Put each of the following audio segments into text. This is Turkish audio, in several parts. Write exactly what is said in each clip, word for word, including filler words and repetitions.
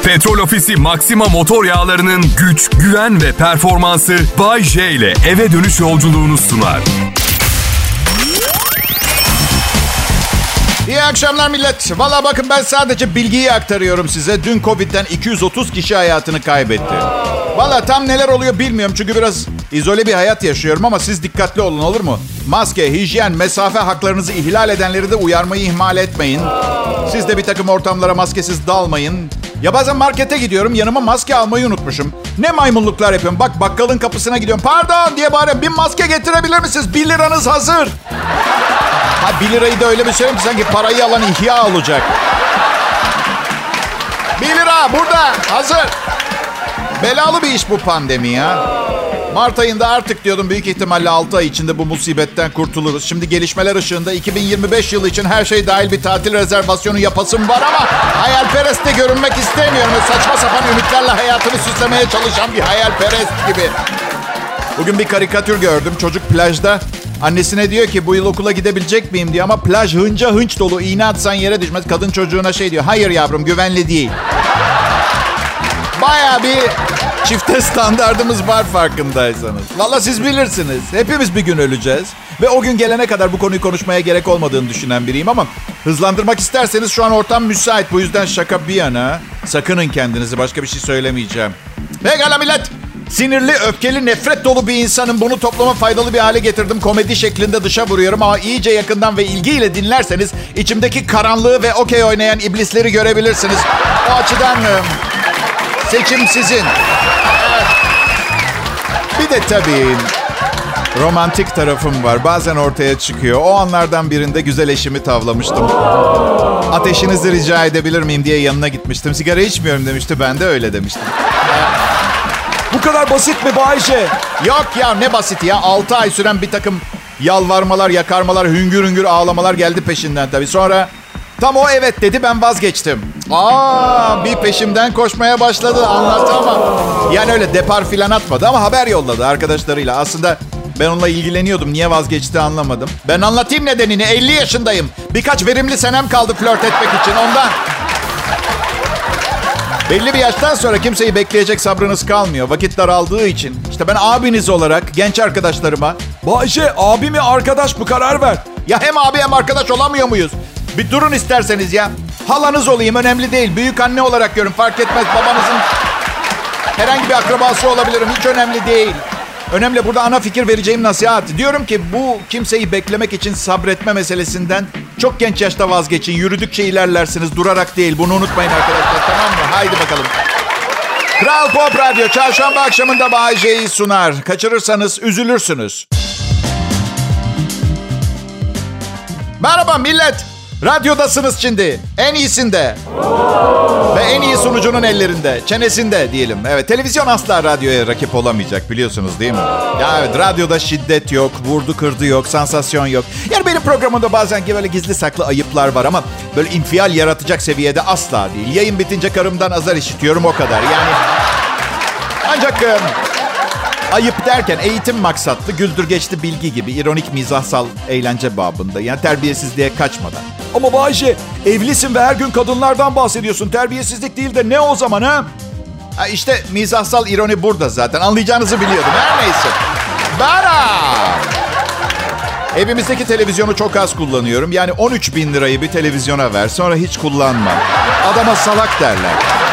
Petrol Ofisi Maxima motor yağlarının güç, güven ve performansı Bay J ile eve dönüş yolculuğunu sunar. İyi akşamlar millet. Valla bakın ben sadece bilgiyi aktarıyorum size. Dün Covid'den iki yüz otuz kişi hayatını kaybetti. Valla tam neler oluyor bilmiyorum çünkü biraz izole bir hayat yaşıyorum ama siz dikkatli olun, olur mu? Maske, hijyen, mesafe haklarınızı ihlal edenleri de uyarmayı ihmal etmeyin. Siz de bir takım ortamlara maskesiz dalmayın. Ya bazen markete gidiyorum, yanıma maske almayı unutmuşum. Ne maymunluklar yapıyorum. Bak bakkalın kapısına gidiyorum. Pardon diye bağırıyorum. Bir maske getirebilir misiniz? Bir liranız hazır. Ha bir lirayı da öyle bir söyleyeyim ki sanki parayı alan ihya olacak. Bir lira burada hazır. Belalı bir iş bu pandemi ya. Mart ayında artık diyordum büyük ihtimalle altı ay içinde bu musibetten kurtuluruz. Şimdi gelişmeler ışığında iki bin yirmi beş yılı için her şey dahil bir tatil rezervasyonu yapasım var ama hayalperest de görünmek istemiyorum. Saçma sapan ümitlerle hayatını süslemeye çalışan bir hayalperest gibi. Bugün bir karikatür gördüm. Çocuk plajda annesine diyor ki bu yıl okula gidebilecek miyim diyor ama plaj hınca hınç dolu. İğne atsan yere düşmez. Kadın çocuğuna şey diyor. Hayır yavrum, güvenli değil. Bayağı bir çifte standardımız var farkındaysanız. Vallahi siz bilirsiniz. Hepimiz bir gün öleceğiz. Ve o gün gelene kadar bu konuyu konuşmaya gerek olmadığını düşünen biriyim ama hızlandırmak isterseniz şu an ortam müsait. Bu yüzden şaka bir yana sakının kendinizi, başka bir şey söylemeyeceğim. Pekala millet. Sinirli, öfkeli, nefret dolu bir insanım. Bunu topluma faydalı bir hale getirdim. Komedi şeklinde dışa vuruyorum ama iyice yakından ve ilgiyle dinlerseniz içimdeki karanlığı ve okey oynayan iblisleri görebilirsiniz. O açıdan seçim sizin. Evet. Bir de tabii romantik tarafım var. Bazen ortaya çıkıyor. O anlardan birinde güzel eşimi tavlamıştım. Ateşinizi rica edebilir miyim diye yanına gitmiştim. Sigara içmiyorum demişti. Ben de öyle demiştim. Bu kadar basit mi Bayce? Yok ya, ne basit ya. altı ay süren bir takım yalvarmalar, yakarmalar, hüngür hüngür ağlamalar geldi peşinden tabii. Sonra tam o evet dedi, ben vazgeçtim. Aa, bir peşimden koşmaya başladı, anlatamam. Yani öyle depar filan atmadı ama haber yolladı arkadaşlarıyla. Aslında ben onunla ilgileniyordum. Niye vazgeçti anlamadım. Ben anlatayım nedenini. elli yaşındayım. Birkaç verimli senem kaldı flört etmek için, ondan. Belli bir yaştan sonra kimseyi bekleyecek sabrınız kalmıyor. Vakit daraldığı için. İşte ben abiniz olarak genç arkadaşlarıma... Bayce, abi mi arkadaş mı, karar ver. Ya hem abi hem arkadaş olamıyor muyuz? Bir durun isterseniz ya. Halanız olayım, önemli değil. Büyük anne olarak görün, fark etmez. Babanızın herhangi bir akrabası olabilirim, hiç önemli değil. Önemli burada ana fikir vereceğim nasihat. Diyorum ki bu kimseyi beklemek için sabretme meselesinden çok genç yaşta vazgeçin. Yürüdükçe ilerlersiniz, durarak değil. Bunu unutmayın arkadaşlar, tamam mı? Haydi bakalım. Kral Pop Radyo çarşamba akşamında Bay J'yi sunar. Kaçırırsanız üzülürsünüz. Merhaba millet. Radyodasınız şimdi. En iyisinde. Ve en iyi sunucunun ellerinde. Çenesinde diyelim. Evet, televizyon asla radyoya rakip olamayacak, biliyorsunuz değil mi? Ya evet, radyoda şiddet yok, vurdu kırdı yok, sansasyon yok. Yani benim programımda bazen böyle gizli saklı ayıplar var ama böyle infial yaratacak seviyede asla değil. Yayın bitince karımdan azar işitiyorum, o kadar. Yani ancak... Ayıp derken eğitim maksatlı, güldürgeçli bilgi gibi, ironik mizahsal eğlence babında. Yani terbiyesizliğe kaçmadan. Ama Bayce, evlisin ve her gün kadınlardan bahsediyorsun. Terbiyesizlik değil de ne o zaman ha? Ha işte mizahsal ironi burada zaten. Anlayacağınızı biliyordum. Her neyse. Bara! Evimizdeki televizyonu çok az kullanıyorum. Yani on üç bin lirayı bir televizyona ver, sonra hiç kullanma. Adama salak derler.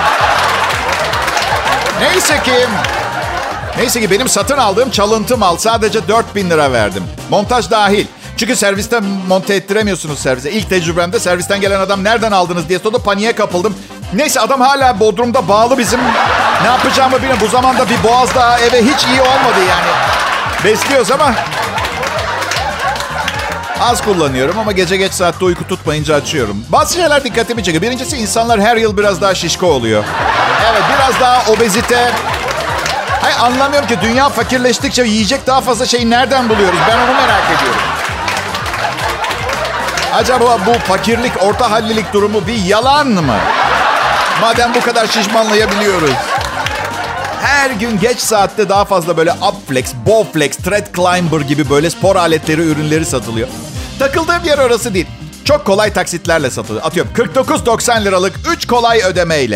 Neyse ki... Neyse ki benim satın aldığım çalıntı mal, sadece dört bin lira verdim. Montaj dahil. Çünkü serviste monte ettiremiyorsunuz servise. İlk tecrübemde servisten gelen adam nereden aldınız diye sordu, paniğe kapıldım. Neyse adam hala Bodrum'da bağlı bizim. Ne yapacağımı bilmiyorum. Bu zamanda bir boğaz daha eve hiç iyi olmadı yani. Besliyoruz ama... Az kullanıyorum ama gece geç saatte uyku tutmayınca açıyorum. Bazı şeyler dikkatimi çekiyor. Birincisi, insanlar her yıl biraz daha şişko oluyor. Evet, biraz daha obezite... Hayır, anlamıyorum ki dünya fakirleştikçe yiyecek daha fazla şeyi nereden buluyoruz? Ben onu merak ediyorum. Acaba bu fakirlik, orta hallilik durumu bir yalan mı? Madem bu kadar şişmanlayabiliyoruz. Her gün geç saatte daha fazla böyle Upflex, Bowflex, Tread Climber gibi böyle spor aletleri, ürünleri satılıyor. Takıldığım yer orası değil. Çok kolay taksitlerle satılıyor. Atıyorum kırk dokuz doksan liralık üç kolay ödemeyle.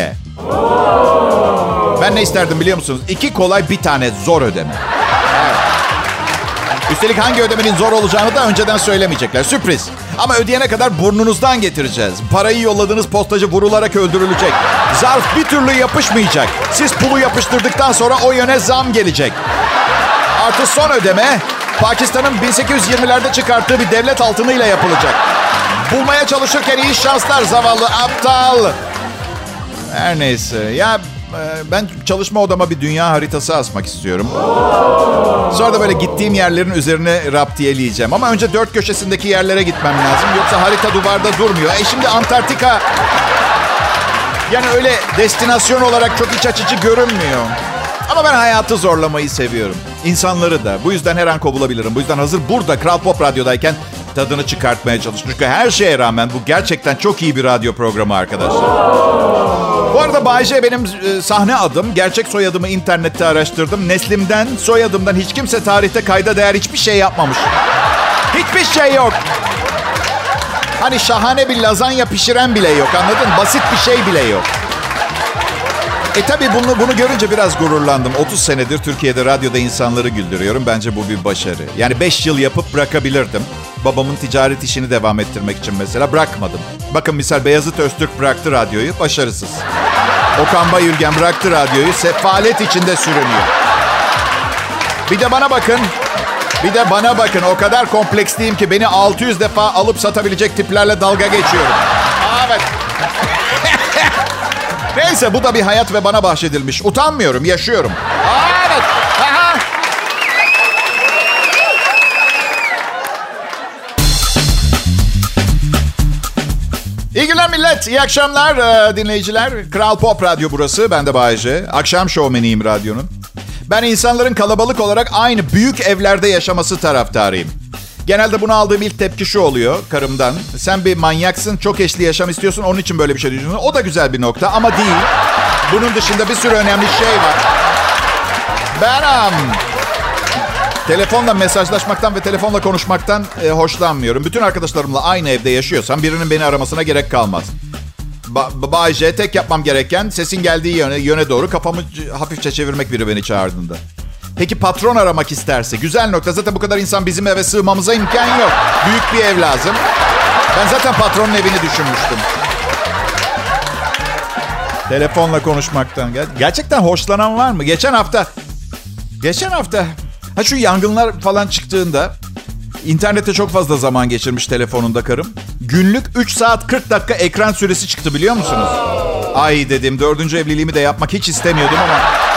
Ben ne isterdim biliyor musunuz? İki kolay bir tane zor ödeme. Evet. Üstelik hangi ödemenin zor olacağını da önceden söylemeyecekler. Sürpriz. Ama ödeyene kadar burnunuzdan getireceğiz. Parayı yolladığınız postacı vurularak öldürülecek. Zarf bir türlü yapışmayacak. Siz pulu yapıştırdıktan sonra o yöne zam gelecek. Artı son ödeme Pakistan'ın bin sekiz yüz yirmilerde çıkarttığı bir devlet altınıyla yapılacak. Bulmaya çalışırken iyi şanslar zavallı aptal. Her neyse. Ya ben çalışma odama bir dünya haritası asmak istiyorum. Sonra da böyle gittiğim yerlerin üzerine raptiyeleyeceğim. Ama önce dört köşesindeki yerlere gitmem lazım. Yoksa harita duvarda durmuyor. E şimdi Antarktika... Yani öyle destinasyon olarak çok iç açıcı görünmüyor. Ama ben hayatı zorlamayı seviyorum. İnsanları da. Bu yüzden her an kovulabilirim. Bu yüzden hazır burada Kral Pop Radyo'dayken tadını çıkartmaya çalışıyorum. Çünkü her şeye rağmen bu gerçekten çok iyi bir radyo programı arkadaşlar. Bu arada Bay J benim e, sahne adım. Gerçek soyadımı internette araştırdım. Neslimden, soyadımdan hiç kimse tarihte kayda değer hiçbir şey yapmamış. Hiçbir şey yok. Hani şahane bir lazanya pişiren bile yok, anladın? Basit bir şey bile yok. E tabii bunu, bunu görünce biraz gururlandım. otuz senedir Türkiye'de radyoda insanları güldürüyorum. Bence bu bir başarı. Yani beş yıl yapıp bırakabilirdim. Babamın ticaret işini devam ettirmek için mesela bırakmadım. Bakın misal Beyazıt Öztürk bıraktı radyoyu, başarısız. Okan Bayülgen bıraktı radyoyu, sefalet içinde sürünüyor. Bir de bana bakın. Bir de bana bakın. O kadar kompleksliyim ki beni altı yüz defa alıp satabilecek tiplerle dalga geçiyorum. Evet. Neyse bu da bir hayat ve bana bahşedilmiş. Utanmıyorum, yaşıyorum. Evet. Aha. İyi günler millet, iyi akşamlar dinleyiciler. Kral Pop Radyo burası, ben de Bay J. Akşam şovmeniyim radyonun. Ben insanların kalabalık olarak aynı büyük evlerde yaşaması taraftarıyım. Genelde bunu aldığım ilk tepki şu oluyor karımdan. Sen bir manyaksın, çok eşli yaşam istiyorsun, onun için böyle bir şey düşünüyorsun. O da güzel bir nokta ama değil. Bunun dışında bir sürü önemli şey var. Ben um, telefonla mesajlaşmaktan ve telefonla konuşmaktan e, hoşlanmıyorum. Bütün arkadaşlarımla aynı evde yaşıyorsam birinin beni aramasına gerek kalmaz. Ba- Bay J, tek yapmam gereken sesin geldiği yöne, yöne doğru kafamı hafifçe çevirmek biri beni çağırdığında. Peki patron aramak isterse? Güzel nokta. Zaten bu kadar insan bizim eve sığmamıza imkan yok. Büyük bir ev lazım. Ben zaten patronun evini düşünmüştüm. Telefonla konuşmaktan. Gerçekten hoşlanan var mı? Geçen hafta... Geçen hafta... Ha şu yangınlar falan çıktığında... İnternette çok fazla zaman geçirmiş telefonunda karım. Günlük üç saat kırk dakika ekran süresi çıktı biliyor musunuz? Ay dedim, dördüncü evliliğimi de yapmak hiç istemiyordum ama...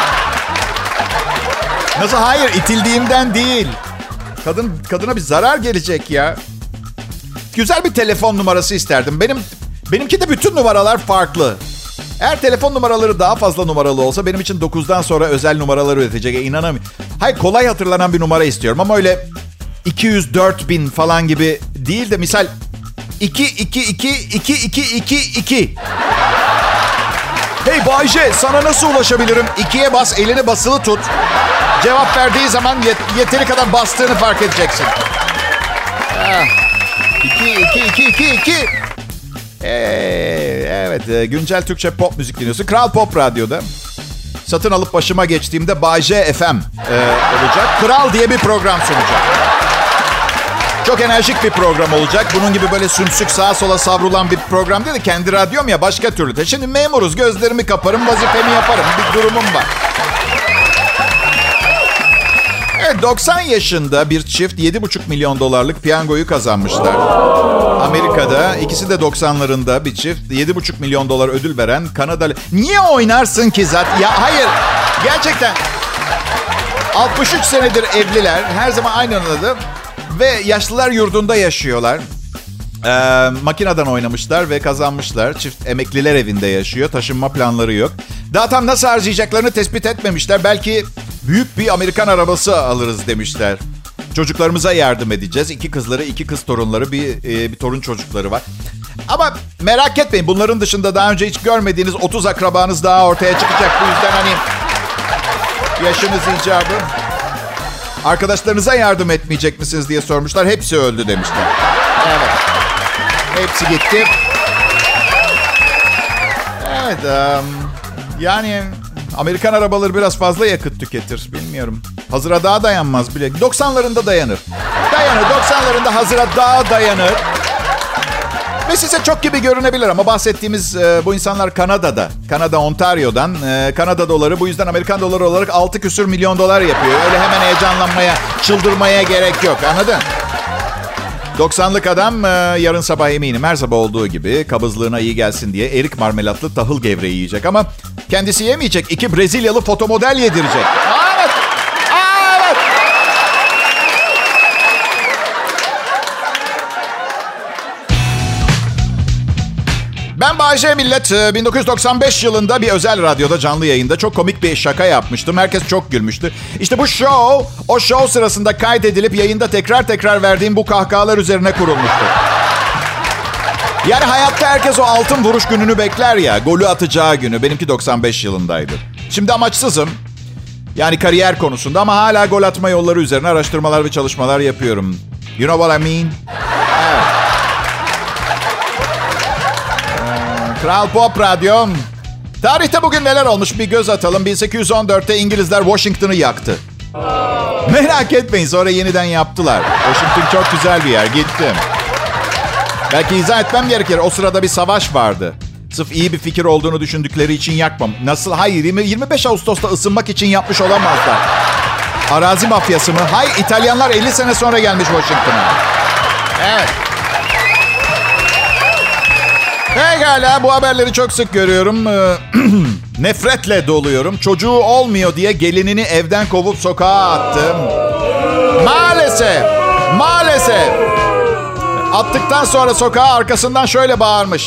Nasıl hayır, itildiğimden değil. Kadın kadına bir zarar gelecek ya. Güzel bir telefon numarası isterdim. Benim benimki de bütün numaralar farklı. Eğer telefon numaraları daha fazla numaralı olsa benim için dokuzdan sonra özel numaralar üretecek. E, inanamıyorum. Hayır, kolay hatırlanan bir numara istiyorum ama öyle iki yüz dört bin falan gibi değil de misal iki iki iki iki iki iki iki. Hey Bay J, sana nasıl ulaşabilirim? ikiye bas, elini basılı tut. Cevap verdiği zaman yet- yeteri kadar bastığını fark edeceksin. iki iki iki iki iki. Ee, evet, güncel Türkçe pop müzik dinliyorsun. Kral Pop Radyo'da. Satın alıp başıma geçtiğimde Bay J F M e, olacak. Kral diye bir program sunacak. Çok enerjik bir program olacak. Bunun gibi böyle sümsük sağa sola savrulan bir program değil de kendi radyom ya, başka türlü. Şimdi memuruz, gözlerimi kaparım, vazifemi yaparım. Bir durumum var. Evet, doksan yaşında bir çift yedi buçuk milyon dolarlık piyangoyu kazanmışlar. Amerika'da, ikisi de doksanlarında bir çift, yedi buçuk milyon dolar ödül veren Kanadalı. Niye oynarsın ki zaten? Ya hayır, gerçekten altmış üç senedir evliler, her zaman aynı adı ve yaşlılar yurdunda yaşıyorlar. Ee, makineden oynamışlar ve kazanmışlar. Çift emekliler evinde yaşıyor. Taşınma planları yok. Daha tam nasıl harcayacaklarını tespit etmemişler. Belki büyük bir Amerikan arabası alırız demişler. Çocuklarımıza yardım edeceğiz. İki kızları, iki kız torunları, bir, e, bir torun çocukları var. Ama merak etmeyin, bunların dışında daha önce hiç görmediğiniz otuz akrabanız daha ortaya çıkacak. Bu yüzden hani yaşınız icabı. Arkadaşlarınıza yardım etmeyecek misiniz diye sormuşlar. Hepsi öldü demişler. Evet. Hepsi gitti. Evet. Um, Yani Amerikan arabaları biraz fazla yakıt tüketir. Bilmiyorum. Hazıra daha dayanmaz bile. doksanlarında dayanır. Dayanır. doksanlarında hazıra daha dayanır. Ve size çok gibi görünebilir ama bahsettiğimiz e, bu insanlar Kanada'da. Kanada, Ontario'dan. E, Kanada doları bu yüzden Amerikan doları olarak altı küsür milyon dolar yapıyor. Öyle hemen heyecanlanmaya, çıldırmaya gerek yok. Anladın? doksanlık adam e, yarın sabah eminim her sabah olduğu gibi kabızlığına iyi gelsin diye erik marmelatlı tahıl gevreği yiyecek. Ama kendisi yemeyecek. İki Brezilyalı fotomodel yedirecek. Evet. Evet. Ben Bayece Millet. bin dokuz yüz doksan beş yılında bir özel radyoda canlı yayında çok komik bir şaka yapmıştım. Herkes çok gülmüştü. İşte bu show, o show sırasında kaydedilip yayında tekrar tekrar verdiğim bu kahkahalar üzerine kurulmuştu. Yani hayatta herkes o altın vuruş gününü bekler ya, golü atacağı günü. Benimki doksan beş yılındaydı. Şimdi amaçsızım. Yani kariyer konusunda ama hala gol atma yolları üzerine araştırmalar ve çalışmalar yapıyorum. You know what I mean? Evet. Kral Pop Radyo. Tarihte bugün neler olmuş bir göz atalım. bin sekiz yüz on dörtte İngilizler Washington'ı yaktı. Merak etmeyin, sonra yeniden yaptılar. Washington çok güzel bir yer, gittim. Belki izah etmem gerekir. O sırada bir savaş vardı. Sırf iyi bir fikir olduğunu düşündükleri için yakmam. Nasıl? Hayır, yirmi beş Ağustos'ta ısınmak için yapmış olamazlar. Arazi mafyası mı? Hayır, İtalyanlar elli sene sonra gelmiş Washington'a. Evet. Pekala, bu haberleri çok sık görüyorum. Nefretle doluyorum. Çocuğu olmuyor diye gelinini evden kovup sokağa attım. Maalesef, maalesef. Attıktan sonra sokağa arkasından şöyle bağırmış.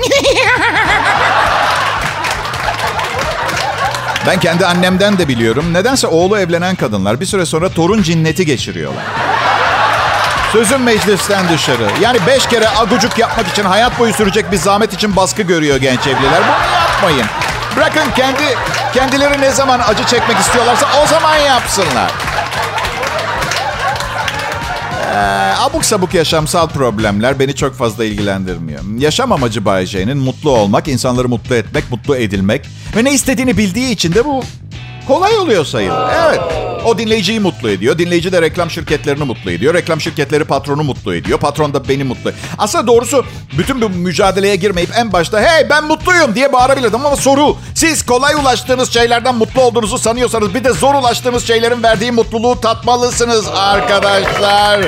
Ben kendi annemden de biliyorum. Nedense oğlu evlenen kadınlar bir süre sonra torun cinneti geçiriyorlar. Sözüm meclisten dışarı. Yani beş kere agucuk yapmak için hayat boyu sürecek bir zahmet için baskı görüyor genç evliler. Bunu yapmayın. Bırakın kendi kendileri ne zaman acı çekmek istiyorlarsa o zaman yapsınlar. Ee, abuk sabuk yaşamsal problemler beni çok fazla ilgilendirmiyor. Yaşam amacı Bay J'nin mutlu olmak, insanları mutlu etmek, mutlu edilmek. Ve ne istediğini bildiği için de bu kolay oluyor sayılır. Evet. O dinleyiciyi mutlu ediyor. Dinleyici de reklam şirketlerini mutlu ediyor. Reklam şirketleri patronu mutlu ediyor. Patron da beni mutlu ediyor. Aslında doğrusu bütün bu mücadeleye girmeyip en başta hey ben mutluyum diye bağırabilirdim. Ama soru, siz kolay ulaştığınız şeylerden mutlu olduğunuzu sanıyorsanız bir de zor ulaştığınız şeylerin verdiği mutluluğu tatmalısınız arkadaşlar.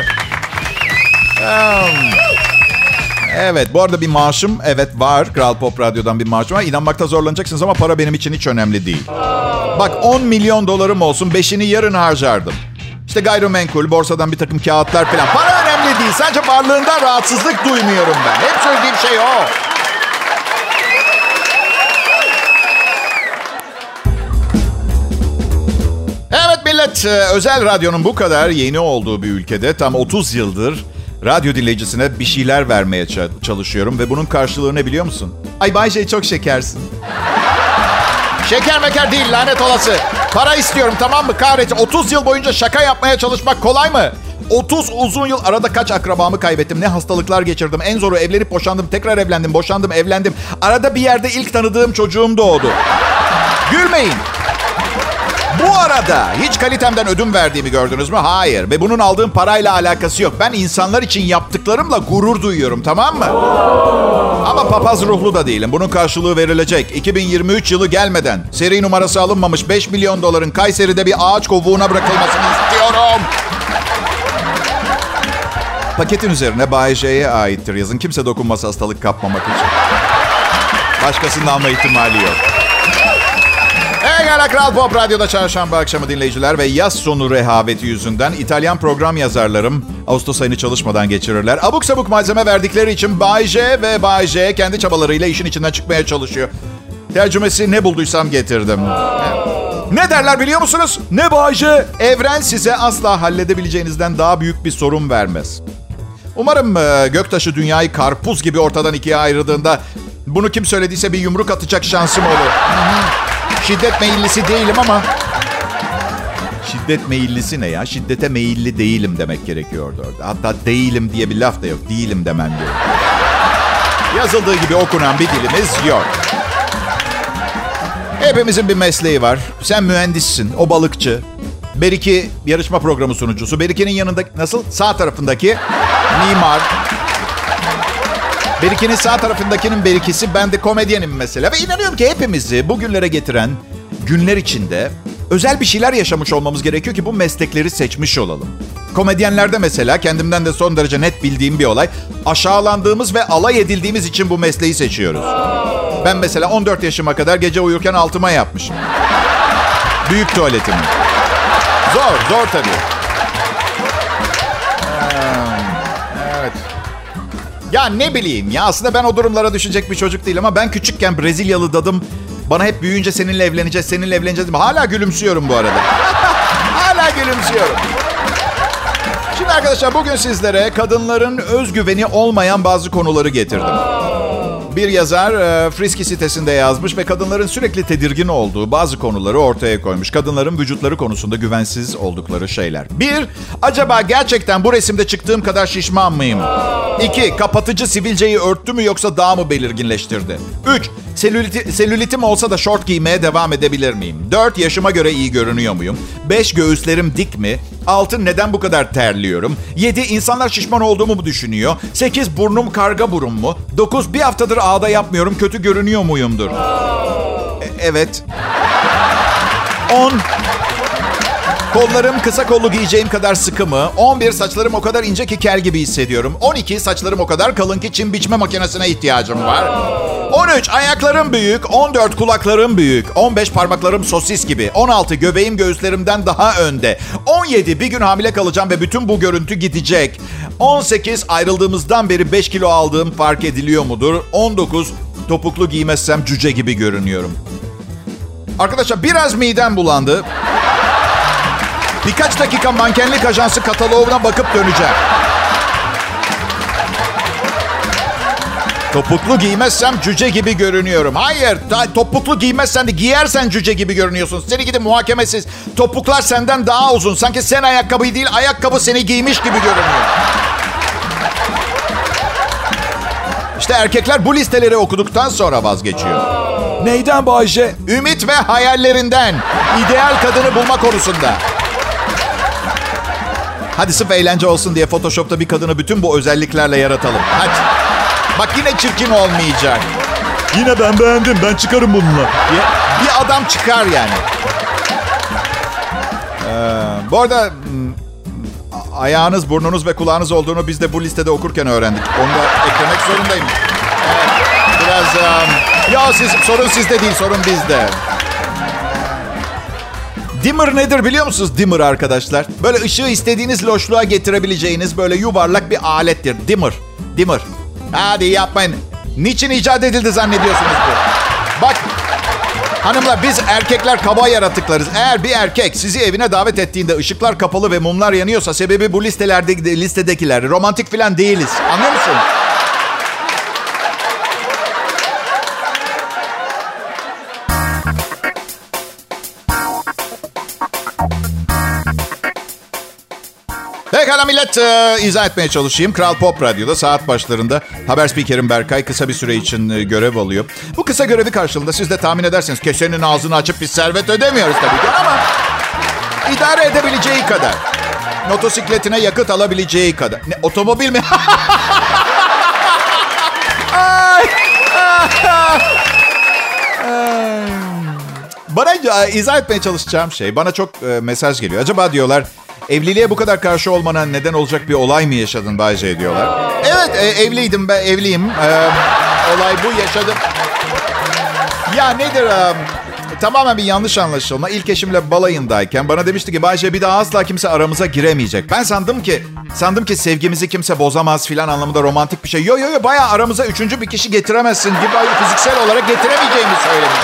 Evet, bu arada bir maaşım evet var. Kral Pop Radyo'dan bir maaşım var. İnanmakta zorlanacaksınız ama para benim için hiç önemli değil. Bak on milyon dolarım olsun, beşini yarın harcardım. İşte gayrimenkul, borsadan bir takım kağıtlar falan. Para önemli değil. Sadece varlığından rahatsızlık duymuyorum ben. Hep söylediğim şey o. Evet millet, özel radyonun bu kadar yeni olduğu bir ülkede tam otuz yıldır radyo dinleyicisine bir şeyler vermeye çalışıyorum. Ve bunun karşılığı ne biliyor musun? Ay Bay J çok şekersin. Şeker meker değil, lanet olası. Para istiyorum, tamam mı? Kahretsin. otuz yıl boyunca şaka yapmaya çalışmak kolay mı? otuz uzun yıl arada kaç akrabamı kaybettim. Ne hastalıklar geçirdim. En zoru evlenip boşandım. Tekrar evlendim. Boşandım, evlendim. Arada bir yerde ilk tanıdığım çocuğum doğdu. Gülmeyin. Bu arada hiç kalitemden ödün verdiğimi gördünüz mü? Hayır. Ve bunun aldığım parayla alakası yok. Ben insanlar için yaptıklarımla gurur duyuyorum, tamam mı? Ama papaz ruhlu da değilim. Bunun karşılığı verilecek. iki bin yirmi üç yılı gelmeden seri numarası alınmamış beş milyon doların Kayseri'de bir ağaç kovuğuna bırakılmasını istiyorum. Paketin üzerine Bay J'ye aittir yazın. Kimse dokunmaz hastalık kapmamak için. Başkasının alma ihtimali yok. Egala Kral Pop Radyo'da çarşamba akşamı dinleyiciler ve yaz sonu rehaveti yüzünden İtalyan program yazarlarım Ağustos ayını çalışmadan geçirirler. Abuk sabuk malzeme verdikleri için Bay J ve Bay J kendi çabalarıyla işin içinden çıkmaya çalışıyor. Tercümesi ne bulduysam getirdim. Ne derler biliyor musunuz? Ne Bay J? Evren size asla halledebileceğinizden daha büyük bir sorun vermez. Umarım e, göktaşı dünyayı karpuz gibi ortadan ikiye ayırdığında bunu kim söylediyse bir yumruk atacak şansım olur. Şiddet meyillisi değilim ama... Şiddet meyillisi ne ya? Şiddete meyilli değilim demek gerekiyordu orada. Hatta değilim diye bir laf da yok. Değilim demen diyor. Yazıldığı gibi okunan bir dilimiz yok. Hepimizin bir mesleği var. Sen mühendissin, o balıkçı. Beriki yarışma programı sunucusu. Berike'nin yanındaki nasıl? Sağ tarafındaki mimar. Berike'nin sağ tarafındakinin Berikisi. Ben de komedyenim mesela. Ve inanıyorum ki hepimizi bugünlere getiren günler içinde özel bir şeyler yaşamış olmamız gerekiyor ki bu meslekleri seçmiş olalım. Komedyenlerde mesela kendimden de son derece net bildiğim bir olay. Aşağılandığımız ve alay edildiğimiz için bu mesleği seçiyoruz. Ben mesela on dört yaşıma kadar gece uyurken altıma yapmışım. Büyük tuvaletimi. Zor, zor tabii. Evet. Ya ne bileyim ya aslında ben o durumlara düşecek bir çocuk değilim ama ben küçükken Brezilyalı dadım bana hep büyüyünce seninle evleneceğiz, seninle evleneceğiz. Hala gülümsüyorum bu arada. Hala gülümsüyorum. Şimdi arkadaşlar bugün sizlere kadınların özgüveni olmayan bazı konuları getirdim. Bir yazar e, Frisky sitesinde yazmış ve kadınların sürekli tedirgin olduğu bazı konuları ortaya koymuş. Kadınların vücutları konusunda güvensiz oldukları şeyler. Bir, acaba gerçekten bu resimde çıktığım kadar şişman mıyım? İki, kapatıcı sivilceyi örttü mü yoksa daha mı belirginleştirdi? Üç, selüliti, selülitim olsa da şort giymeye devam edebilir miyim? Dört, yaşıma göre iyi görünüyor muyum? Beş, göğüslerim dik mi? Altı, neden bu kadar terliyorum? Yedi, insanlar şişman olduğumu mu düşünüyor? Sekiz, burnum karga burun mu? Dokuz, bir haftadır ağda yapmıyorum, kötü görünüyor muyumdur? E- evet. On, kollarım kısa kollu giyeceğim kadar sıkı mı? On bir, saçlarım o kadar ince ki kel gibi hissediyorum. On iki, saçlarım o kadar kalın ki çim biçme makinesine ihtiyacım var. On üç, ayaklarım büyük. On dört, kulaklarım büyük. On beş, parmaklarım sosis gibi. On altı, göbeğim göğüslerimden daha önde. On yedi, bir gün hamile kalacağım ve bütün bu görüntü gidecek. On sekiz, ayrıldığımızdan beri beş kilo aldığım fark ediliyor mudur? On dokuz, topuklu giymezsem cüce gibi görünüyorum. Arkadaşlar biraz midem bulandı. Birkaç dakika mankenlik ajansı kataloğuna bakıp döneceğim. Topuklu giymezsem cüce gibi görünüyorum. Hayır, ta- topuklu giymezsen de giyersen cüce gibi görünüyorsun. Seni gidip muhakemesiz. Topuklar senden daha uzun. Sanki sen ayakkabıyı değil, ayakkabı seni giymiş gibi görünüyor. İşte erkekler bu listeleri okuduktan sonra vazgeçiyor. Neyden Bayce? Ümit ve hayallerinden. İdeal kadını bulma konusunda. Hadi sırf eğlence olsun diye Photoshop'ta bir kadını bütün bu özelliklerle yaratalım. Hadi. Bak yine çirkin olmayacak. Yine ben beğendim. Ben çıkarım bununla. Bir, bir adam çıkar yani. Ee, bu arada ayağınız, burnunuz ve kulağınız olduğunu biz de bu listede okurken öğrendik. Onu da eklemek zorundayım. Evet, biraz... Um, ya siz, sorun sizde değil, sorun bizde. Dimmer nedir biliyor musunuz? Dimmer arkadaşlar. Böyle ışığı istediğiniz loşluğa getirebileceğiniz böyle yuvarlak bir alettir. Dimmer. Dimmer. Hadi yapmayın. Niçin icat edildi zannediyorsunuz bu? Bak hanımlar, biz erkekler kaba yaratıklarız. Eğer bir erkek sizi evine davet ettiğinde ışıklar kapalı ve mumlar yanıyorsa sebebi bu listelerde listedekiler. Romantik falan değiliz. Anlıyor musun? Pekala millet, e, izah etmeye çalışayım. Kral Pop Radyo'da saat başlarında haber spikerim Berkay kısa bir süre için e, görev alıyor. Bu kısa görevi karşılığında siz de tahmin ederseniz kesenin ağzını açıp bir servet ödemiyoruz tabii ki ama idare edebileceği kadar. Motosikletine yakıt alabileceği kadar. Ne, otomobil mi? Ay. Bana e, izah etmeye çalışacağım şey, bana çok e, mesaj geliyor. Acaba diyorlar, evliliğe bu kadar karşı olmana neden olacak bir olay mı yaşadın Bayce diyorlar. Evet, e, evliydim ben, evliyim. E, olay bu, yaşadım. Ya nedir? E, tamamen bir yanlış anlaşılma. İlk eşimle balayındayken bana demişti ki Bayce bir daha asla kimse aramıza giremeyecek. Ben sandım ki sandım ki sevgimizi kimse bozamaz filan anlamında romantik bir şey. Yo yo yo, bayağı aramıza üçüncü bir kişi getiremezsin gibi fiziksel olarak getiremeyeceğimi söylemiş.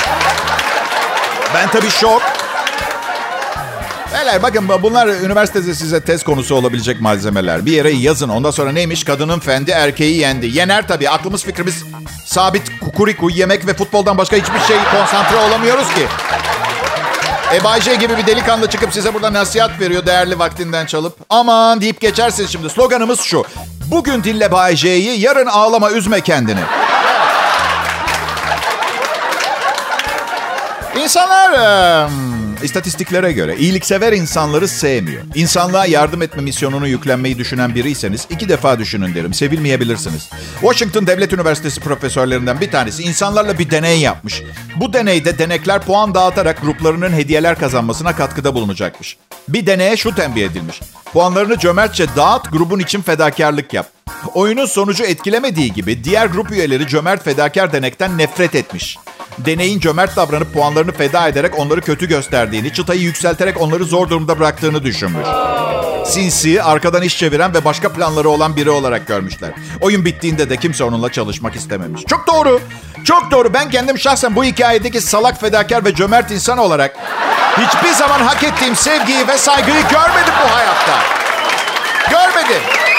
Ben tabii şok. Beyler bakın, bunlar üniversitede size test konusu olabilecek malzemeler. Bir yere yazın, ondan sonra neymiş? Kadının fendi erkeği yendi. Yener tabii. Aklımız fikrimiz sabit, kukuriku, yemek ve futboldan başka hiçbir şey konsantre olamıyoruz ki. E Bayce gibi bir delikanlı çıkıp size burada nasihat veriyor değerli vaktinden çalıp. Aman deyip geçersiniz şimdi. Sloganımız şu: bugün dinle Bayce'yi, yarın ağlama, üzme kendini. İnsanlar e, istatistiklere göre iyiliksever insanları sevmiyor. İnsanlığa yardım etme misyonunu yüklenmeyi düşünen biriyseniz iki defa düşünün derim. Sevilmeyebilirsiniz. Washington Devlet Üniversitesi profesörlerinden bir tanesi insanlarla bir deney yapmış. Bu deneyde denekler puan dağıtarak gruplarının hediyeler kazanmasına katkıda bulunacakmış. Bir deneye şu tembih edilmiş. Puanlarını cömertçe dağıt, grubun için fedakarlık yap. Oyunun sonucu etkilemediği gibi diğer grup üyeleri cömert fedakar denekten nefret etmiş. Deneyin cömert davranıp puanlarını feda ederek onları kötü gösterdiğini, çıtayı yükselterek onları zor durumda bıraktığını düşünmüş. Sinsi, arkadan iş çeviren ve başka planları olan biri olarak görmüşler. Oyun bittiğinde de kimse onunla çalışmak istememiş. Çok doğru, çok doğru. Ben kendim şahsen bu hikayedeki salak, fedakar ve cömert insan olarak hiçbir zaman hak ettiğim sevgiyi ve saygıyı görmedim bu hayatta. Görmedim.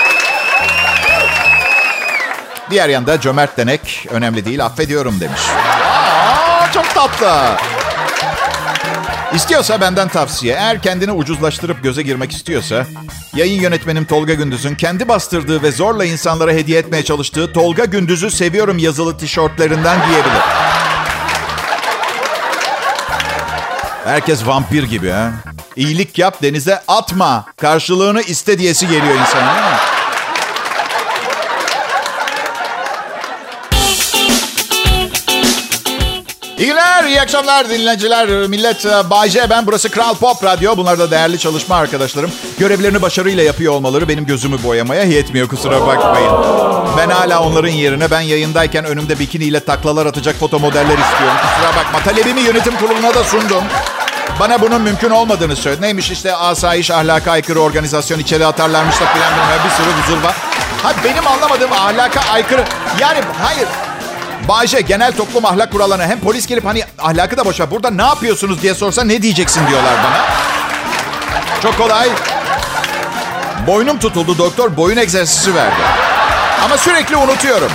Diğer yanda cömert denek önemli değil, affediyorum demiş. Aa, çok tatlı. İstiyorsa benden tavsiye. Eğer kendini ucuzlaştırıp göze girmek istiyorsa, yayın yönetmenim Tolga Gündüz'ün kendi bastırdığı ve zorla insanlara hediye etmeye çalıştığı Tolga Gündüz'ü seviyorum yazılı tişörtlerinden giyebilir. Herkes vampir gibi ha. İyilik yap, denize atma. Karşılığını iste diyesi geliyor insana, değil mi? İyi günler, iyi akşamlar dinleyiciler, millet. Bay J ben, burası Kral Pop Radyo. Bunlar da değerli çalışma arkadaşlarım. Görevlerini başarıyla yapıyor olmaları benim gözümü boyamaya yetmiyor, kusura bakmayın. Ben hala onların yerine ben yayındayken önümde bikiniyle taklalar atacak foto modeller istiyorum. Kusura bakma, talebimi yönetim kuruluna da sundum. Bana bunun mümkün olmadığını söyledi. Neymiş işte asayiş, ahlaka aykırı organizasyon, içeri atarlarmış da filan bir sürü huzur var. Ha, benim anlamadığım ahlaka aykırı, yani hayır. Bayce genel toplum ahlak kurallarına, hem polis gelip hani ahlakı da boşver, burada ne yapıyorsunuz diye sorsa ne diyeceksin diyorlar bana. Çok kolay. Boynum tutuldu, doktor boyun egzersizi verdi. Ama sürekli unutuyorum.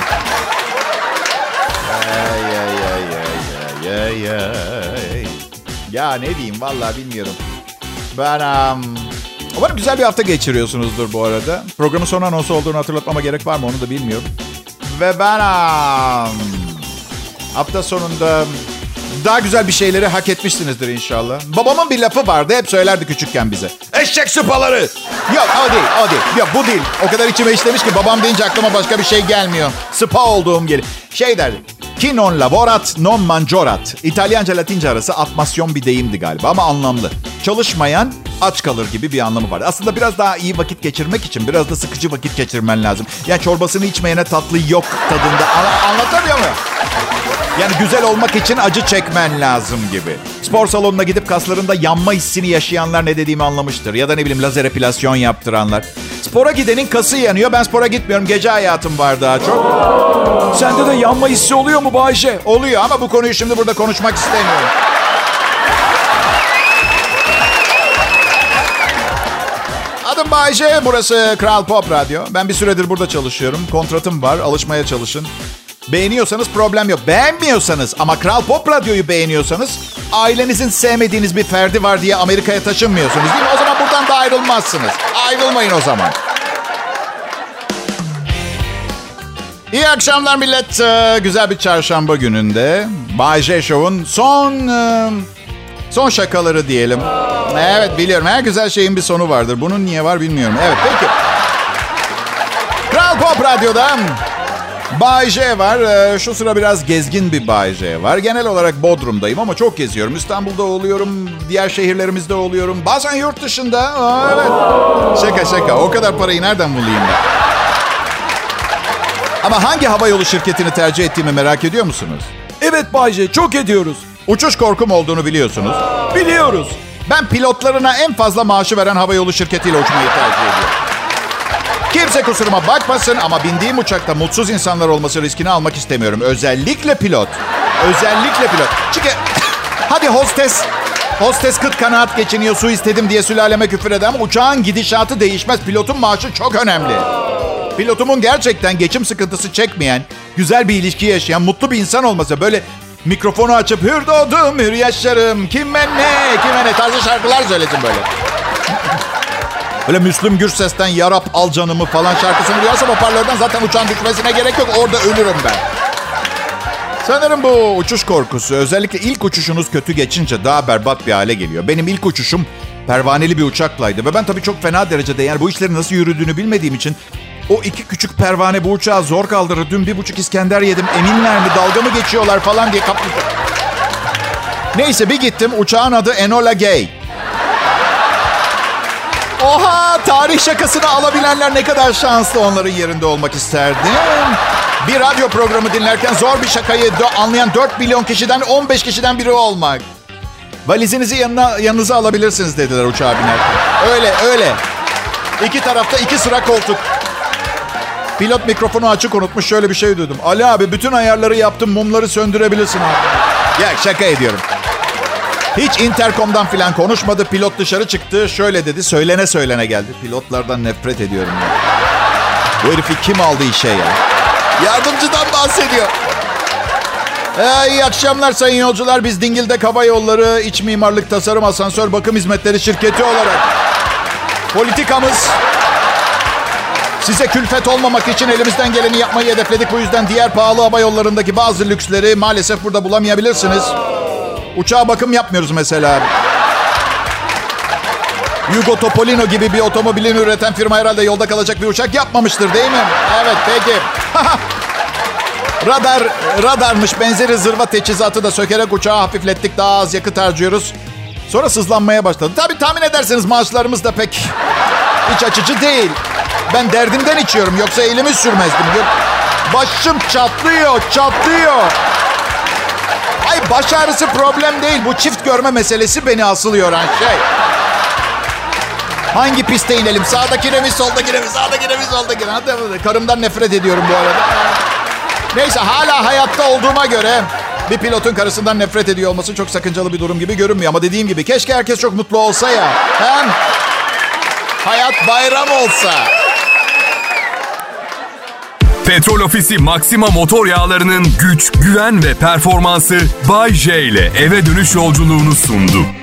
Ay, ay, ay, ay, ay, ay. Ya ne diyeyim vallahi bilmiyorum. Ben um, umarım güzel bir hafta geçiriyorsunuzdur bu arada. Programın son anonsu olduğunu hatırlatmama gerek var mı onu da bilmiyorum. Ve ben um, hafta sonunda daha güzel bir şeyleri hak etmişsinizdir inşallah. Babamın bir lafı vardı, hep söylerdi küçükken bize. Eşek sıpaları. Yok o değil, o değil. Yok bu değil. O kadar içime işlemiş ki babam deyince aklıma başka bir şey gelmiyor. Sıpa olduğum geliyor. Şey derdi. Ki non lavorat, non manjorat. İtalyanca, Latince arası atmasyon bir deyimdi galiba ama anlamlı. Çalışmayan aç kalır gibi bir anlamı var. Aslında biraz daha iyi vakit geçirmek için biraz da sıkıcı vakit geçirmen lazım. Yani çorbasını içmeyene tatlı yok tadında. Anlatamıyor muyum? Yani güzel olmak için acı çekmen lazım gibi. Spor salonuna gidip kaslarında yanma hissini yaşayanlar ne dediğimi anlamıştır. Ya da ne bileyim lazer epilasyon yaptıranlar. Spora gidenin kası yanıyor. Ben spora gitmiyorum. Gece hayatım var daha çok. Sende de yanma hissi oluyor mu Bayce? Oluyor ama bu konuyu şimdi burada konuşmak istemiyorum. Adım Bayce, burası Kral Pop Radyo. Ben bir süredir burada çalışıyorum. Kontratım var, alışmaya çalışın. Beğeniyorsanız problem yok. Beğenmiyorsanız ama Kral Pop Radyo'yu beğeniyorsanız ailenizin sevmediğiniz bir ferdi var diye Amerika'ya taşınmıyorsunuz değil mi? O zaman buradan da ayrılmazsınız. Ayrılmayın o zaman. İyi akşamlar millet. Güzel bir çarşamba gününde Bay J Show'un son son şakaları diyelim. Evet biliyorum, her güzel şeyin bir sonu vardır. Bunun niye var bilmiyorum. Evet peki. Kral Pop Radyo'da Bay J var. Şu sıra biraz gezgin bir Bay J var. Genel olarak Bodrum'dayım ama çok geziyorum. İstanbul'da oluyorum, diğer şehirlerimizde oluyorum. Bazen yurt dışında. Aa, evet. Şaka şaka. O kadar parayı nereden bulayım ben? Ama hangi havayolu şirketini tercih ettiğimi merak ediyor musunuz? Evet Bayce, çok ediyoruz. Uçuş korkum olduğunu biliyorsunuz. Biliyoruz. Ben pilotlarına en fazla maaşı veren havayolu şirketiyle uçmayı tercih ediyorum. Kimse kusuruma bakmasın ama bindiğim uçakta mutsuz insanlar olması riskini almak istemiyorum. Özellikle pilot. Özellikle pilot. Çünkü hadi hostes... Hostes kıt kanaat geçiniyor, su istedim diye sülaleme küfür eder ama uçağın gidişatı değişmez. Pilotun maaşı çok önemli. Pilotumun gerçekten geçim sıkıntısı çekmeyen, güzel bir ilişki yaşayan, mutlu bir insan olması. Böyle mikrofonu açıp hür doğdum, hür yaşarım, kime ne, kime ne tarzı şarkılar söylesin böyle. Böyle Müslüm Gürses'ten yarap al canımı falan şarkısını duyarsam hoparlörden zaten uçağın düşmesine gerek yok. Orada ölürüm ben. Sanırım bu uçuş korkusu özellikle ilk uçuşunuz kötü geçince daha berbat bir hale geliyor. Benim ilk uçuşum pervaneli bir uçaklaydı ve ben tabii çok fena derecede yani bu işlerin nasıl yürüdüğünü bilmediğim için o iki küçük pervane bu uçağı zor kaldırır. Dün bir buçuk İskender yedim. Eminler mi dalga mı geçiyorlar falan diye kaptım. Neyse bir gittim. Uçağın adı Enola Gay. Oha! Tarih şakasını alabilenler ne kadar şanslı, onların yerinde olmak isterdim. Bir radyo programı dinlerken zor bir şakayı anlayan dört milyon kişiden on beş kişiden biri olmak. Valizinizi yanına, yanınıza alabilirsiniz dediler uçağa binerken. Öyle öyle. İki tarafta iki sıra koltuk. Pilot mikrofonu açık unutmuş, şöyle bir şey duydum. Ali abi bütün ayarları yaptım, mumları söndürebilirsin abi. Ya şaka ediyorum. Hiç interkomdan falan konuşmadı. Pilot dışarı çıktı. Şöyle dedi. Söylene söylene geldi. Pilotlardan nefret ediyorum ya. Bu herifi kim aldı işe ya? Yardımcıdan bahsediyor. Ee, iyi akşamlar sayın yolcular. Biz Dingil'de Hava Yolları İç Mimarlık Tasarım Asansör Bakım Hizmetleri Şirketi olarak politikamız size külfet olmamak için elimizden geleni yapmayı hedefledik. Bu yüzden diğer pahalı hava yollarındaki bazı lüksleri maalesef burada bulamayabilirsiniz. Uçağa bakım yapmıyoruz mesela. Yugo Topolino gibi bir otomobilini üreten firma herhalde yolda kalacak bir uçak yapmamıştır değil mi? Evet peki. Radar, radarmış benzeri zırva teçhizatı da sökerek uçağı hafiflettik. Daha az yakıt harcıyoruz. Sonra sızlanmaya başladı. Tabii tahmin edersiniz maaşlarımız da pek iç açıcı değil. Ben derdimden içiyorum yoksa elimi sürmezdim. Başım çatlıyor, çatlıyor. Ay baş ağrısı problem değil. Bu çift görme meselesi beni asıl yoran şey. Hangi piste inelim? Sağdakine mi, soldakine mi? Sağdakine mi, soldakine mi? Karımdan nefret ediyorum bu arada. Neyse hala hayatta olduğuma göre bir pilotun karısından nefret ediyor olması çok sakıncalı bir durum gibi görünmüyor. Ama dediğim gibi keşke herkes çok mutlu olsa ya. Hem hayat bayram olsa. Petrol Ofisi Maxima motor yağlarının güç, güven ve performansı Bay J ile eve dönüş yolculuğunu sundu.